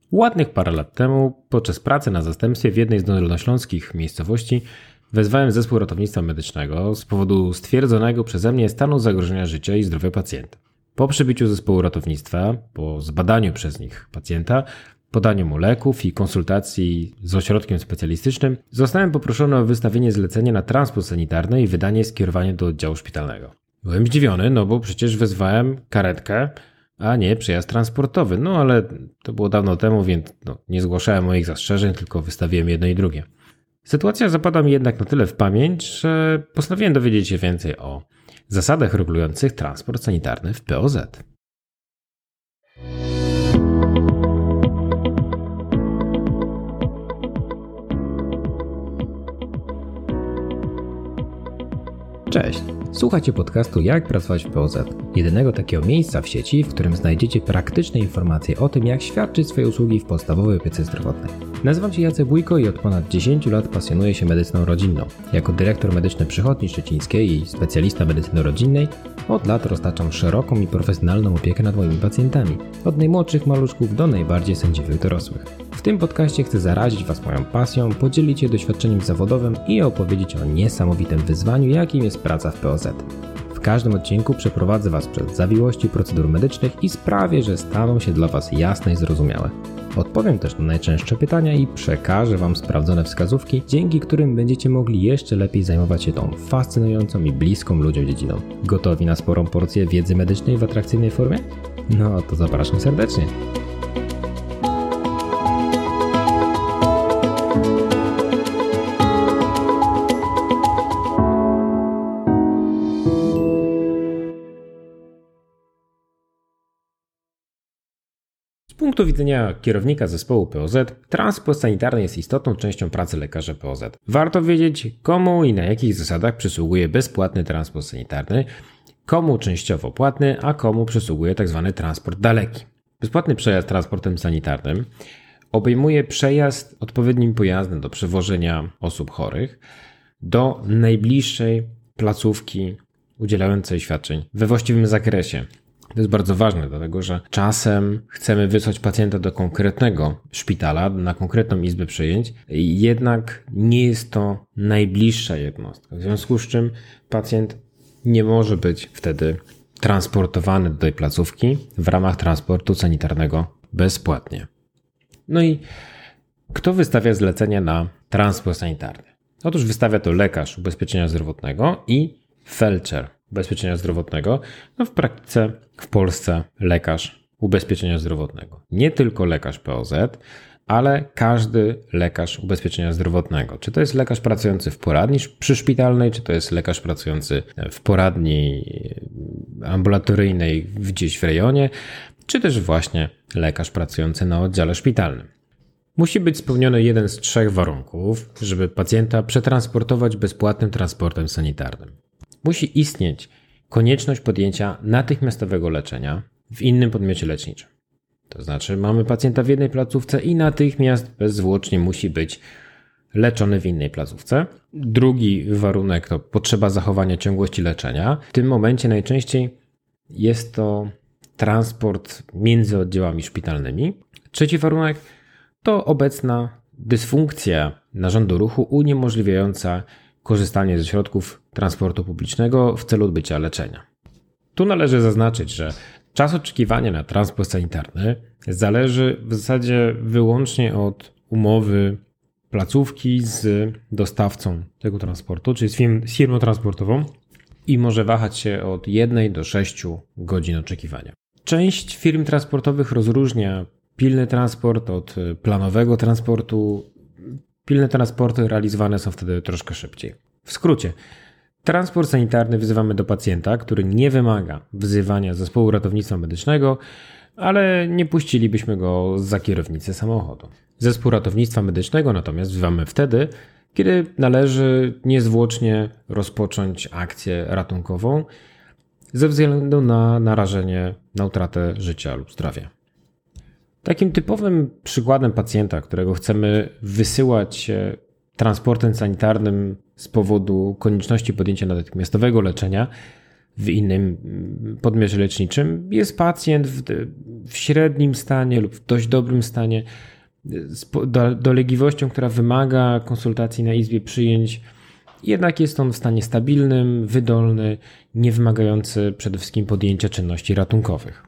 Ładnych parę lat temu, podczas pracy na zastępstwie w jednej z dolnośląskich miejscowości, wezwałem zespół ratownictwa medycznego z powodu stwierdzonego przeze mnie stanu zagrożenia życia i zdrowia pacjenta. Po przybiciu zespołu ratownictwa, po zbadaniu przez nich pacjenta, podaniu mu leków i konsultacji z ośrodkiem specjalistycznym, zostałem poproszony o wystawienie zlecenia na transport sanitarny i wydanie skierowania do oddziału szpitalnego. Byłem zdziwiony, bo przecież wezwałem karetkę, a nie przejazd transportowy. Ale to było dawno temu, więc nie zgłaszałem moich zastrzeżeń, tylko wystawiłem jedno i drugie. Sytuacja zapadła mi jednak na tyle w pamięć, że postanowiłem dowiedzieć się więcej o zasadach regulujących transport sanitarny w POZ. Cześć! Słuchajcie podcastu Jak pracować w POZ, jedynego takiego miejsca w sieci, w którym znajdziecie praktyczne informacje o tym, jak świadczyć swoje usługi w podstawowej opiece zdrowotnej. Nazywam się Jacek Bójko i od ponad 10 lat pasjonuję się medycyną rodzinną. Jako dyrektor medyczny Przychodni Szczecińskiej i specjalista medycyny rodzinnej od lat roztaczam szeroką i profesjonalną opiekę nad moimi pacjentami, od najmłodszych maluszków do najbardziej sędziwych dorosłych. W tym podcaście chcę zarazić Was moją pasją, podzielić się doświadczeniem zawodowym i opowiedzieć o niesamowitym wyzwaniu, jakim jest praca w POZ. W każdym odcinku przeprowadzę Was przez zawiłości procedur medycznych i sprawię, że staną się dla Was jasne i zrozumiałe. Odpowiem też na najczęstsze pytania i przekażę Wam sprawdzone wskazówki, dzięki którym będziecie mogli jeszcze lepiej zajmować się tą fascynującą i bliską ludziom dziedziną. Gotowi na sporą porcję wiedzy medycznej w atrakcyjnej formie? No to zapraszam serdecznie. Z punktu widzenia kierownika zespołu POZ, transport sanitarny jest istotną częścią pracy lekarza POZ. Warto wiedzieć, komu i na jakich zasadach przysługuje bezpłatny transport sanitarny, komu częściowo płatny, a komu przysługuje tzw. transport daleki. Bezpłatny przejazd transportem sanitarnym obejmuje przejazd odpowiednim pojazdem do przewożenia osób chorych do najbliższej placówki udzielającej świadczeń we właściwym zakresie. To jest bardzo ważne, dlatego że czasem chcemy wysłać pacjenta do konkretnego szpitala, na konkretną izbę przyjęć, jednak nie jest to najbliższa jednostka, w związku z czym pacjent nie może być wtedy transportowany do tej placówki w ramach transportu sanitarnego bezpłatnie. I kto wystawia zlecenia na transport sanitarny? Otóż wystawia to lekarz ubezpieczenia zdrowotnego i felczer ubezpieczenia zdrowotnego, w praktyce w Polsce lekarz ubezpieczenia zdrowotnego. Nie tylko lekarz POZ, ale każdy lekarz ubezpieczenia zdrowotnego. Czy to jest lekarz pracujący w poradni przyszpitalnej, czy to jest lekarz pracujący w poradni ambulatoryjnej gdzieś w rejonie, czy też właśnie lekarz pracujący na oddziale szpitalnym. Musi być spełniony jeden z 3 warunków, żeby pacjenta przetransportować bezpłatnym transportem sanitarnym. Musi istnieć konieczność podjęcia natychmiastowego leczenia w innym podmiocie leczniczym. To znaczy mamy pacjenta w jednej placówce i natychmiast bezzwłocznie musi być leczony w innej placówce. Drugi warunek to potrzeba zachowania ciągłości leczenia. W tym momencie najczęściej jest to transport między oddziałami szpitalnymi. Trzeci warunek to obecna dysfunkcja narządu ruchu uniemożliwiająca korzystanie ze środków transportu publicznego w celu odbycia leczenia. Tu należy zaznaczyć, że czas oczekiwania na transport sanitarny zależy w zasadzie wyłącznie od umowy placówki z dostawcą tego transportu, czyli z firmą transportową i może wahać się od 1 do 6 godzin oczekiwania. Część firm transportowych rozróżnia pilny transport od planowego transportu. Pilne transporty realizowane są wtedy troszkę szybciej. W skrócie, transport sanitarny wzywamy do pacjenta, który nie wymaga wzywania zespołu ratownictwa medycznego, ale nie puścilibyśmy go za kierownicę samochodu. Zespół ratownictwa medycznego natomiast wzywamy wtedy, kiedy należy niezwłocznie rozpocząć akcję ratunkową ze względu na narażenie na utratę życia lub zdrowia. Takim typowym przykładem pacjenta, którego chcemy wysyłać transportem sanitarnym z powodu konieczności podjęcia natychmiastowego leczenia, w innym podmiocie leczniczym, jest pacjent w średnim stanie lub w dość dobrym stanie z dolegliwością, która wymaga konsultacji na izbie przyjęć, jednak jest on w stanie stabilnym, wydolny, nie wymagający przede wszystkim podjęcia czynności ratunkowych.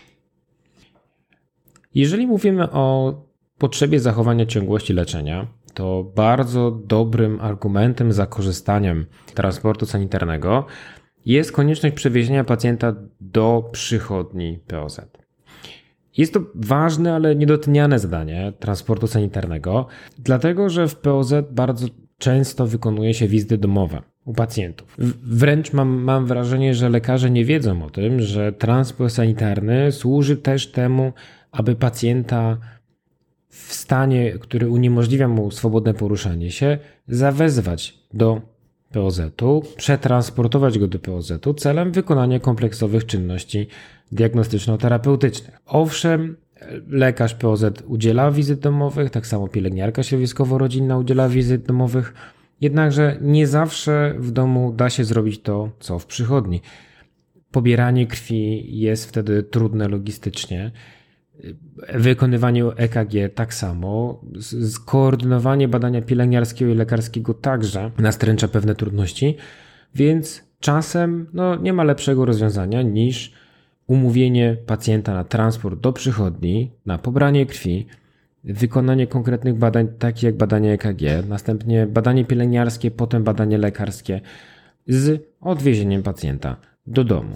Jeżeli mówimy o potrzebie zachowania ciągłości leczenia, to bardzo dobrym argumentem za korzystaniem z transportu sanitarnego jest konieczność przewiezienia pacjenta do przychodni POZ. Jest to ważne, ale niedoceniane zadanie transportu sanitarnego, dlatego że w POZ bardzo często wykonuje się wizyty domowe u pacjentów. Wręcz mam wrażenie, że lekarze nie wiedzą o tym, że transport sanitarny służy też temu, aby pacjenta w stanie, który uniemożliwia mu swobodne poruszanie się, zawezwać do POZ-u, przetransportować go do POZ-u celem wykonania kompleksowych czynności diagnostyczno-terapeutycznych. Owszem, lekarz POZ udziela wizyt domowych, tak samo pielęgniarka środowiskowo-rodzinna udziela wizyt domowych, jednakże nie zawsze w domu da się zrobić to, co w przychodni. Pobieranie krwi jest wtedy trudne logistycznie, wykonywanie EKG tak samo, skoordynowanie badania pielęgniarskiego i lekarskiego także nastręcza pewne trudności, więc czasem nie ma lepszego rozwiązania niż umówienie pacjenta na transport do przychodni, na pobranie krwi, wykonanie konkretnych badań, takich jak badanie EKG, następnie badanie pielęgniarskie, potem badanie lekarskie z odwiezieniem pacjenta do domu.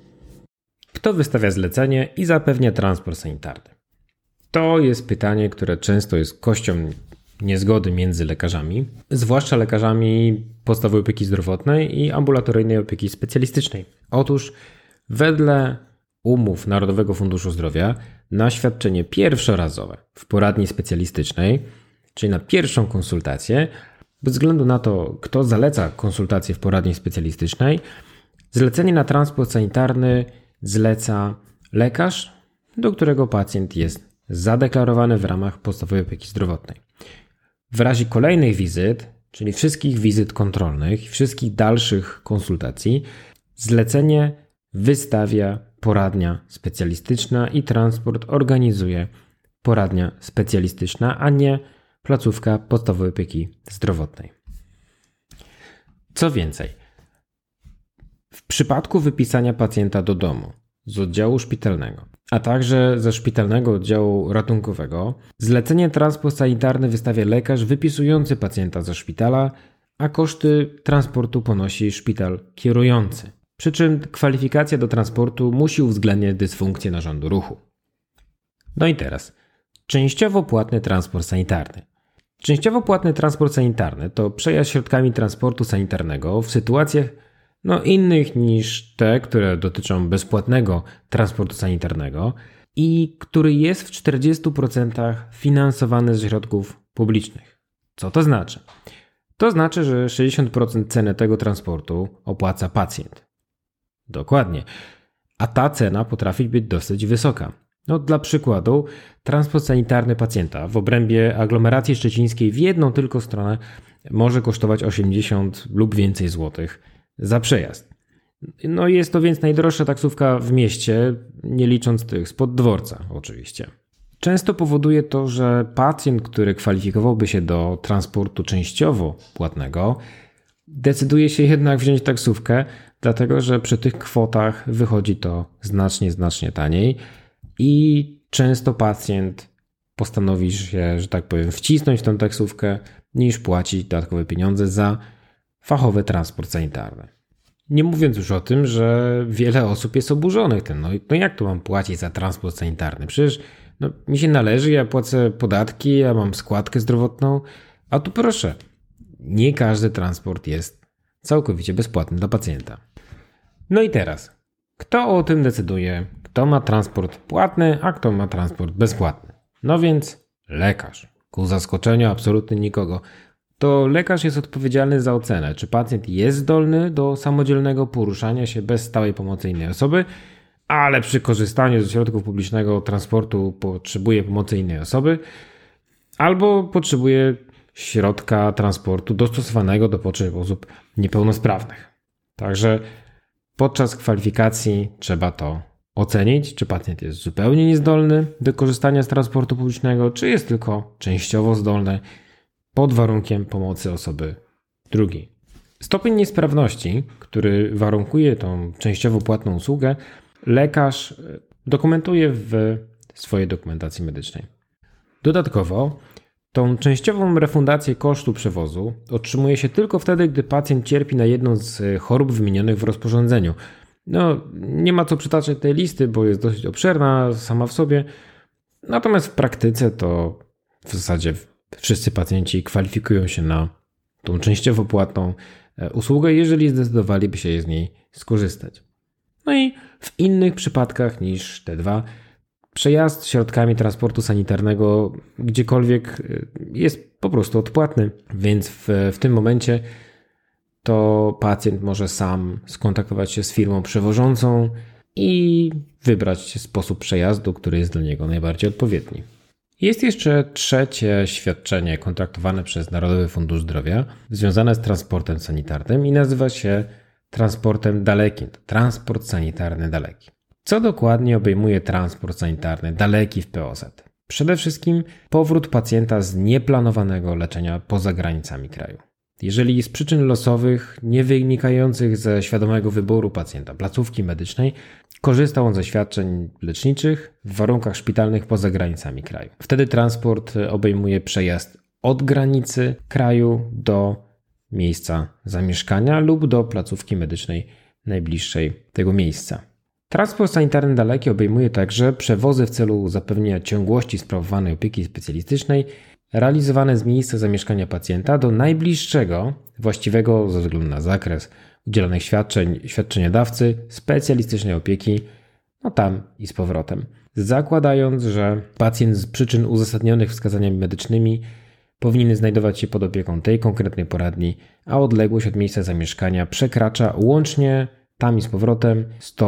Kto wystawia zlecenie i zapewnia transport sanitarny? To jest pytanie, które często jest kością niezgody między lekarzami, zwłaszcza lekarzami podstawowej opieki zdrowotnej i ambulatoryjnej opieki specjalistycznej. Otóż wedle umów Narodowego Funduszu Zdrowia na świadczenie pierwszorazowe w poradni specjalistycznej, czyli na pierwszą konsultację, bez względu na to, kto zaleca konsultację w poradni specjalistycznej, zlecenie na transport sanitarny zleca lekarz, do którego pacjent jest zadeklarowany w ramach podstawowej opieki zdrowotnej. W razie kolejnych wizyt, czyli wszystkich wizyt kontrolnych i wszystkich dalszych konsultacji, zlecenie wystawia poradnia specjalistyczna i transport organizuje poradnia specjalistyczna, a nie placówka podstawowej opieki zdrowotnej. Co więcej, w przypadku wypisania pacjenta do domu z oddziału szpitalnego, a także ze szpitalnego oddziału ratunkowego, zlecenie transport sanitarny wystawia lekarz wypisujący pacjenta ze szpitala, a koszty transportu ponosi szpital kierujący. Przy czym kwalifikacja do transportu musi uwzględniać dysfunkcję narządu ruchu. No i teraz, częściowo płatny transport sanitarny. Częściowo płatny transport sanitarny to przejazd środkami transportu sanitarnego w sytuacjach innych niż te, które dotyczą bezpłatnego transportu sanitarnego i który jest w 40% finansowany ze środków publicznych. Co to znaczy? To znaczy, że 60% ceny tego transportu opłaca pacjent. Dokładnie. A ta cena potrafi być dosyć wysoka. Dla przykładu, transport sanitarny pacjenta w obrębie aglomeracji szczecińskiej w jedną tylko stronę może kosztować 80 lub więcej złotych za przejazd. Jest to więc najdroższa taksówka w mieście, nie licząc tych spod dworca oczywiście. Często powoduje to, że pacjent, który kwalifikowałby się do transportu częściowo płatnego, decyduje się jednak wziąć taksówkę, dlatego że przy tych kwotach wychodzi to znacznie taniej i często pacjent postanowi się, że tak powiem, wcisnąć w tę taksówkę, niż płacić dodatkowe pieniądze za fachowy transport sanitarny. Nie mówiąc już o tym, że wiele osób jest oburzonych tym. Jak to mam płacić za transport sanitarny? Przecież mi się należy, ja płacę podatki, ja mam składkę zdrowotną, a tu proszę, nie każdy transport jest całkowicie bezpłatny dla pacjenta. I teraz, kto o tym decyduje? Kto ma transport płatny, a kto ma transport bezpłatny? Więc lekarz. Ku zaskoczeniu absolutnie nikogo. To lekarz jest odpowiedzialny za ocenę, czy pacjent jest zdolny do samodzielnego poruszania się bez stałej pomocy innej osoby, ale przy korzystaniu ze środków publicznego transportu potrzebuje pomocy innej osoby, albo potrzebuje środka transportu dostosowanego do potrzeb osób niepełnosprawnych. Także Podczas kwalifikacji trzeba to ocenić, czy pacjent jest zupełnie niezdolny do korzystania z transportu publicznego, czy jest tylko częściowo zdolny pod warunkiem pomocy osoby drugiej. Stopień niesprawności, który warunkuje tą częściowo płatną usługę, lekarz dokumentuje w swojej dokumentacji medycznej. Dodatkowo tą częściową refundację kosztu przewozu otrzymuje się tylko wtedy, gdy pacjent cierpi na jedną z chorób wymienionych w rozporządzeniu. Nie ma co przytaczać tej listy, bo jest dosyć obszerna sama w sobie. Natomiast w praktyce to w zasadzie wszyscy pacjenci kwalifikują się na tą częściowo płatną usługę, jeżeli zdecydowaliby się z niej skorzystać. I w innych przypadkach niż te dwa, przejazd środkami transportu sanitarnego gdziekolwiek jest po prostu odpłatny, więc w tym momencie to pacjent może sam skontaktować się z firmą przewożącą i wybrać sposób przejazdu, który jest dla niego najbardziej odpowiedni. Jest jeszcze trzecie świadczenie kontraktowane przez Narodowy Fundusz Zdrowia związane z transportem sanitarnym i nazywa się transportem dalekim, transport sanitarny daleki. Co dokładnie obejmuje transport sanitarny daleki w POZ? Przede wszystkim powrót pacjenta z nieplanowanego leczenia poza granicami kraju. Jeżeli z przyczyn losowych, nie wynikających ze świadomego wyboru pacjenta placówki medycznej, korzystał on ze świadczeń leczniczych w warunkach szpitalnych poza granicami kraju. Wtedy transport obejmuje przejazd od granicy kraju do miejsca zamieszkania lub do placówki medycznej najbliższej tego miejsca. Transport sanitarny daleki obejmuje także przewozy w celu zapewnienia ciągłości sprawowanej opieki specjalistycznej realizowane z miejsca zamieszkania pacjenta do najbliższego, właściwego ze względu na zakres udzielanych świadczeń, świadczeniodawcy specjalistycznej opieki, tam i z powrotem. Zakładając, że pacjent z przyczyn uzasadnionych wskazaniami medycznymi powinien znajdować się pod opieką tej konkretnej poradni, a odległość od miejsca zamieszkania przekracza łącznie tam i z powrotem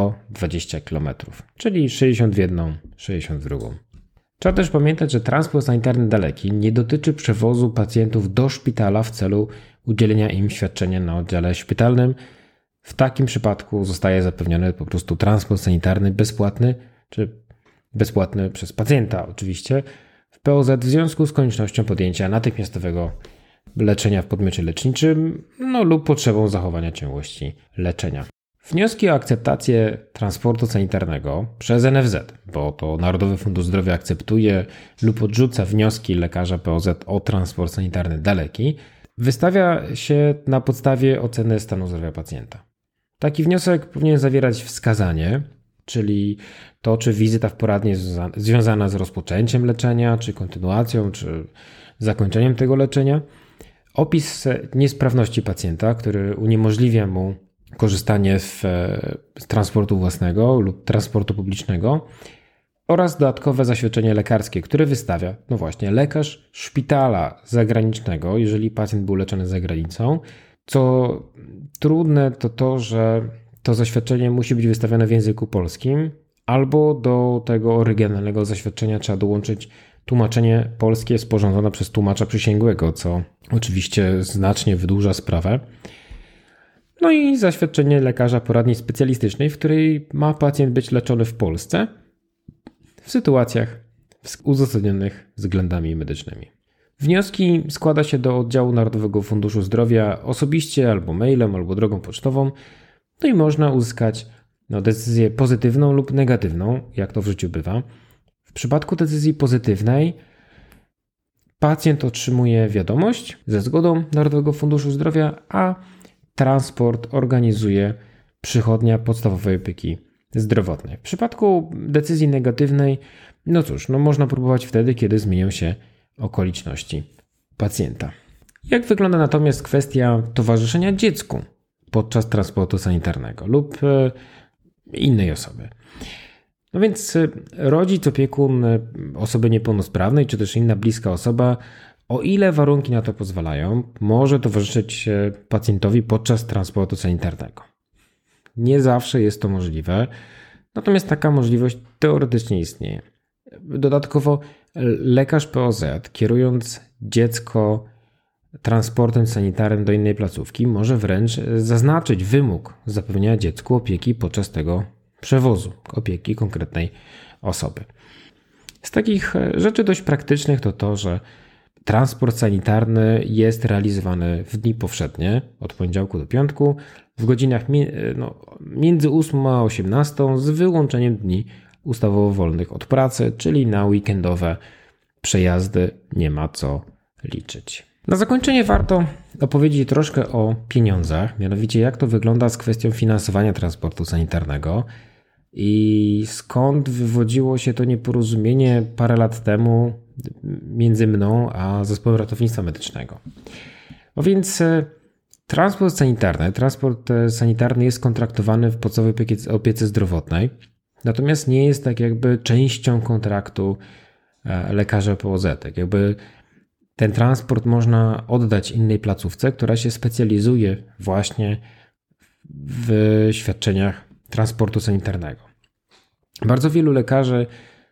120 km, czyli 60 w jedną, 60 w drugą. Trzeba też pamiętać, że transport sanitarny daleki nie dotyczy przewozu pacjentów do szpitala w celu udzielenia im świadczenia na oddziale szpitalnym. W takim przypadku zostaje zapewniony po prostu transport sanitarny bezpłatny, czy bezpłatny przez pacjenta oczywiście, w POZ w związku z koniecznością podjęcia natychmiastowego leczenia w podmiocie leczniczym lub potrzebą zachowania ciągłości leczenia. Wnioski o akceptację transportu sanitarnego przez NFZ, bo to Narodowy Fundusz Zdrowia akceptuje lub odrzuca wnioski lekarza POZ o transport sanitarny daleki, wystawia się na podstawie oceny stanu zdrowia pacjenta. Taki wniosek powinien zawierać wskazanie, czyli to, czy wizyta w poradni jest związana z rozpoczęciem leczenia, czy kontynuacją, czy zakończeniem tego leczenia, opis niesprawności pacjenta, który uniemożliwia mu korzystanie z transportu własnego lub transportu publicznego oraz dodatkowe zaświadczenie lekarskie, które wystawia, lekarz szpitala zagranicznego, jeżeli pacjent był leczony za granicą. Co trudne to, że to zaświadczenie musi być wystawione w języku polskim, albo do tego oryginalnego zaświadczenia trzeba dołączyć tłumaczenie polskie sporządzone przez tłumacza przysięgłego, co oczywiście znacznie wydłuża sprawę. I zaświadczenie lekarza poradni specjalistycznej, w której ma pacjent być leczony w Polsce w sytuacjach uzasadnionych względami medycznymi. Wnioski składa się do oddziału Narodowego Funduszu Zdrowia osobiście albo mailem, albo drogą pocztową. I można uzyskać decyzję pozytywną lub negatywną, jak to w życiu bywa. W przypadku decyzji pozytywnej pacjent otrzymuje wiadomość ze zgodą Narodowego Funduszu Zdrowia, a transport organizuje przychodnia podstawowej opieki zdrowotnej. W przypadku decyzji negatywnej, można próbować wtedy, kiedy zmienią się okoliczności pacjenta. Jak wygląda natomiast kwestia towarzyszenia dziecku podczas transportu sanitarnego lub innej osoby? Więc rodzic, opiekun osoby niepełnosprawnej, czy też inna bliska osoba, o ile warunki na to pozwalają, może towarzyszyć pacjentowi podczas transportu sanitarnego. Nie zawsze jest to możliwe, natomiast taka możliwość teoretycznie istnieje. Dodatkowo lekarz POZ, kierując dziecko transportem sanitarnym do innej placówki może wręcz zaznaczyć wymóg zapewnienia dziecku opieki podczas tego przewozu, opieki konkretnej osoby. Z takich rzeczy dość praktycznych to, że transport sanitarny jest realizowany w dni powszednie, od poniedziałku do piątku, w godzinach między 8 a 18, z wyłączeniem dni ustawowo wolnych od pracy, czyli na weekendowe przejazdy nie ma co liczyć. Na zakończenie warto opowiedzieć troszkę o pieniądzach, mianowicie jak to wygląda z kwestią finansowania transportu sanitarnego i skąd wywodziło się to nieporozumienie parę lat temu między mną a zespołem ratownictwa medycznego. No więc transport sanitarny jest kontraktowany w podstawowej opiece zdrowotnej, natomiast nie jest tak jakby częścią kontraktu lekarza POZ. Tak jakby ten transport można oddać innej placówce, która się specjalizuje właśnie w świadczeniach transportu sanitarnego. Bardzo wielu lekarzy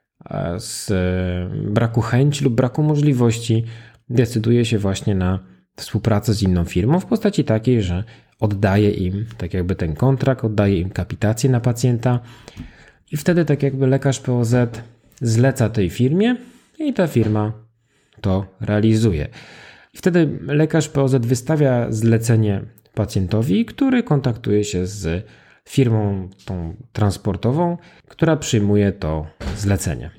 z braku chęci lub braku możliwości decyduje się właśnie na współpracę z inną firmą w postaci takiej, że oddaje im tak jakby ten kontrakt, oddaje im kapitację na pacjenta i wtedy tak jakby lekarz POZ zleca tej firmie i ta firma to realizuje. I wtedy lekarz POZ wystawia zlecenie pacjentowi, który kontaktuje się z firmą tą transportową, która przyjmuje to zlecenie.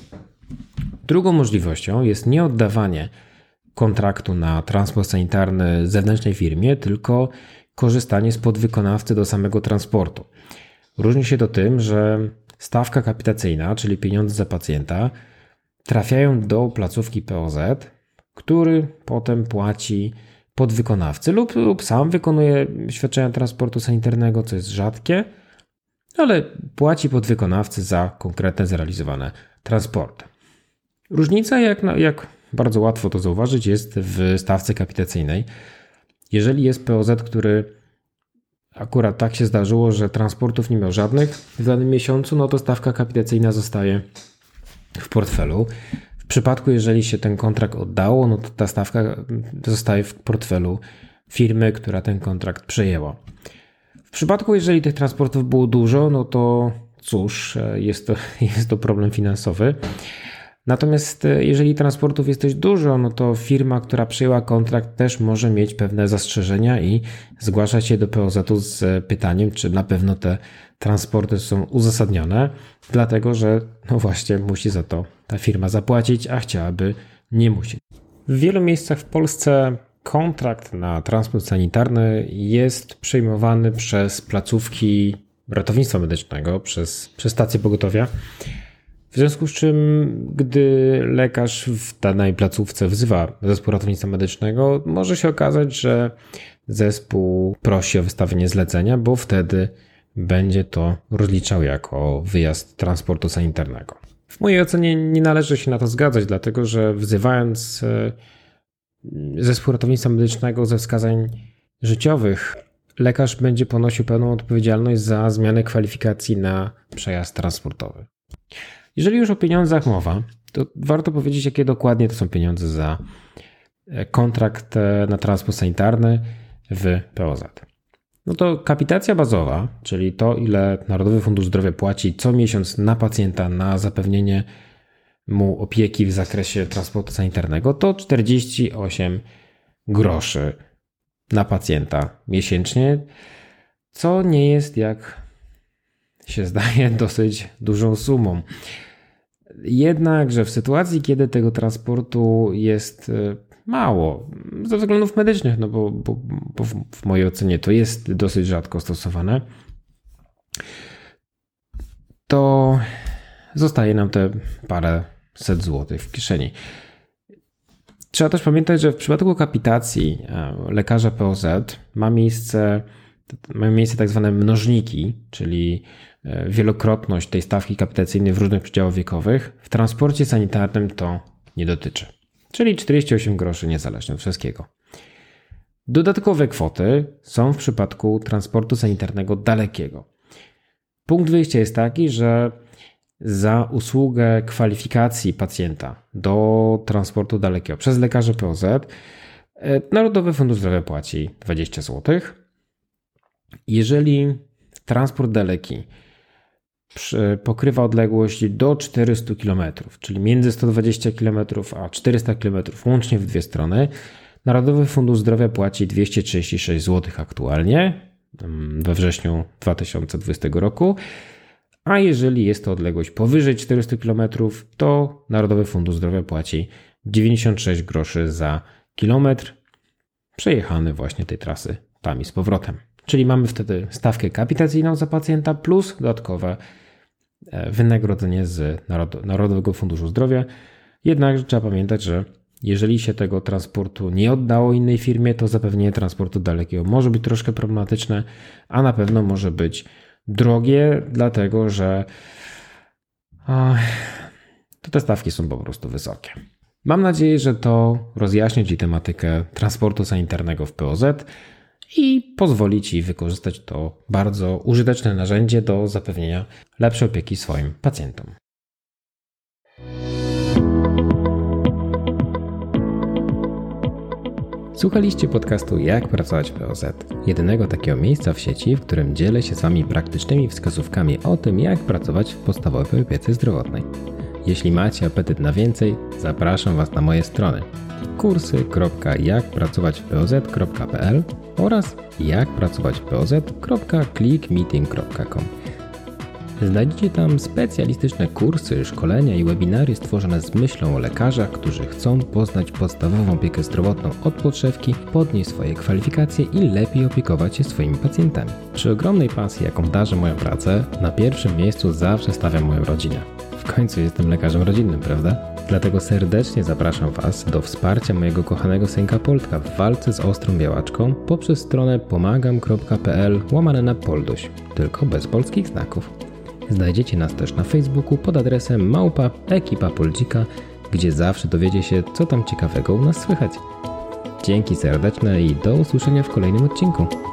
Drugą możliwością jest nie oddawanie kontraktu na transport sanitarny zewnętrznej firmie, tylko korzystanie z podwykonawcy do samego transportu. Różni się to tym, że stawka kapitacyjna, czyli pieniądze za pacjenta, trafiają do placówki POZ, który potem płaci podwykonawcy lub sam wykonuje świadczenia transportu sanitarnego, co jest rzadkie, ale płaci podwykonawcy za konkretne zrealizowane transporty. Różnica, jak bardzo łatwo to zauważyć, jest w stawce kapitacyjnej. Jeżeli jest POZ, który akurat tak się zdarzyło, że transportów nie miał żadnych w danym miesiącu, no to stawka kapitacyjna zostaje w portfelu. W przypadku, jeżeli się ten kontrakt oddało, no to ta stawka zostaje w portfelu firmy, która ten kontrakt przejęła. W przypadku, jeżeli tych transportów było dużo, no to cóż, jest to problem finansowy. Natomiast jeżeli transportów jest dość dużo, no to firma, która przejęła kontrakt, też może mieć pewne zastrzeżenia i zgłaszać się do POZ-u z pytaniem, czy na pewno te transporty są uzasadnione, dlatego że no właśnie musi za to ta firma zapłacić, a chciałaby nie musieć. W wielu miejscach w Polsce kontrakt na transport sanitarny jest przejmowany przez placówki ratownictwa medycznego, przez stacje pogotowia. W związku z czym, gdy lekarz w danej placówce wzywa zespół ratownictwa medycznego, może się okazać, że zespół prosi o wystawienie zlecenia, bo wtedy będzie to rozliczał jako wyjazd transportu sanitarnego. W mojej ocenie nie należy się na to zgadzać, dlatego że wzywając zespół ratownictwa medycznego ze wskazań życiowych, lekarz będzie ponosił pełną odpowiedzialność za zmianę kwalifikacji na przejazd transportowy. Jeżeli już o pieniądzach mowa, to warto powiedzieć, jakie dokładnie to są pieniądze za kontrakt na transport sanitarny w POZ. No to kapitacja bazowa, czyli to, ile Narodowy Fundusz Zdrowia płaci co miesiąc na pacjenta na zapewnienie mu opieki w zakresie transportu sanitarnego, to 48 groszy na pacjenta miesięcznie, co nie jest, jak się zdaje, dosyć dużą sumą. Jednakże w sytuacji, kiedy tego transportu jest mało, ze względów medycznych, no bo w mojej ocenie to jest dosyć rzadko stosowane, to zostaje nam te parę set złotych w kieszeni. Trzeba też pamiętać, że w przypadku kapitacji lekarza POZ mają miejsce tak zwane mnożniki, czyli wielokrotność tej stawki kapitacyjnej w różnych przedziałach wiekowych. W transporcie sanitarnym to nie dotyczy, czyli 48 groszy niezależnie od wszystkiego. Dodatkowe kwoty są w przypadku transportu sanitarnego dalekiego. Punkt wyjścia jest taki, że za usługę kwalifikacji pacjenta do transportu dalekiego przez lekarza POZ Narodowy Fundusz Zdrowia płaci 20 zł. Jeżeli transport daleki pokrywa odległość do 400 km, czyli między 120 km a 400 km łącznie w dwie strony, Narodowy Fundusz Zdrowia płaci 236 zł aktualnie we wrześniu 2020 roku, a jeżeli jest to odległość powyżej 400 km, to Narodowy Fundusz Zdrowia płaci 96 groszy za kilometr przejechany właśnie tej trasy tam i z powrotem. Czyli mamy wtedy stawkę kapitacyjną za pacjenta plus dodatkowe wynagrodzenie z Narodowego Funduszu Zdrowia. Jednakże trzeba pamiętać, że jeżeli się tego transportu nie oddało innej firmie, to zapewnienie transportu dalekiego może być troszkę problematyczne, a na pewno może być drogie, dlatego że te stawki są po prostu wysokie. Mam nadzieję, że to rozjaśni Ci tematykę transportu sanitarnego w POZ i pozwoli Ci wykorzystać to bardzo użyteczne narzędzie do zapewnienia lepszej opieki swoim pacjentom. Słuchaliście podcastu Jak pracować w POZ, jedynego takiego miejsca w sieci, w którym dzielę się z Wami praktycznymi wskazówkami o tym, jak pracować w podstawowej opiece zdrowotnej. Jeśli macie apetyt na więcej, zapraszam Was na moje strony kursy.jakpracowaćwpoz.pl oraz jakpracowaćwpoz.clickmeeting.com. Znajdziecie tam specjalistyczne kursy, szkolenia i webinary stworzone z myślą o lekarzach, którzy chcą poznać podstawową opiekę zdrowotną od podszewki, podnieść swoje kwalifikacje i lepiej opiekować się swoimi pacjentami. Przy ogromnej pasji, jaką darzę moją pracę, na pierwszym miejscu zawsze stawiam moją rodzinę. W końcu jestem lekarzem rodzinnym, prawda? Dlatego serdecznie zapraszam Was do wsparcia mojego kochanego synka Poltka w walce z ostrą białaczką poprzez stronę pomagam.pl/Polduś, tylko bez polskich znaków. Znajdziecie nas też na Facebooku pod adresem @ekipa Poldzika, gdzie zawsze dowiecie się, co tam ciekawego u nas słychać. Dzięki serdeczne i do usłyszenia w kolejnym odcinku.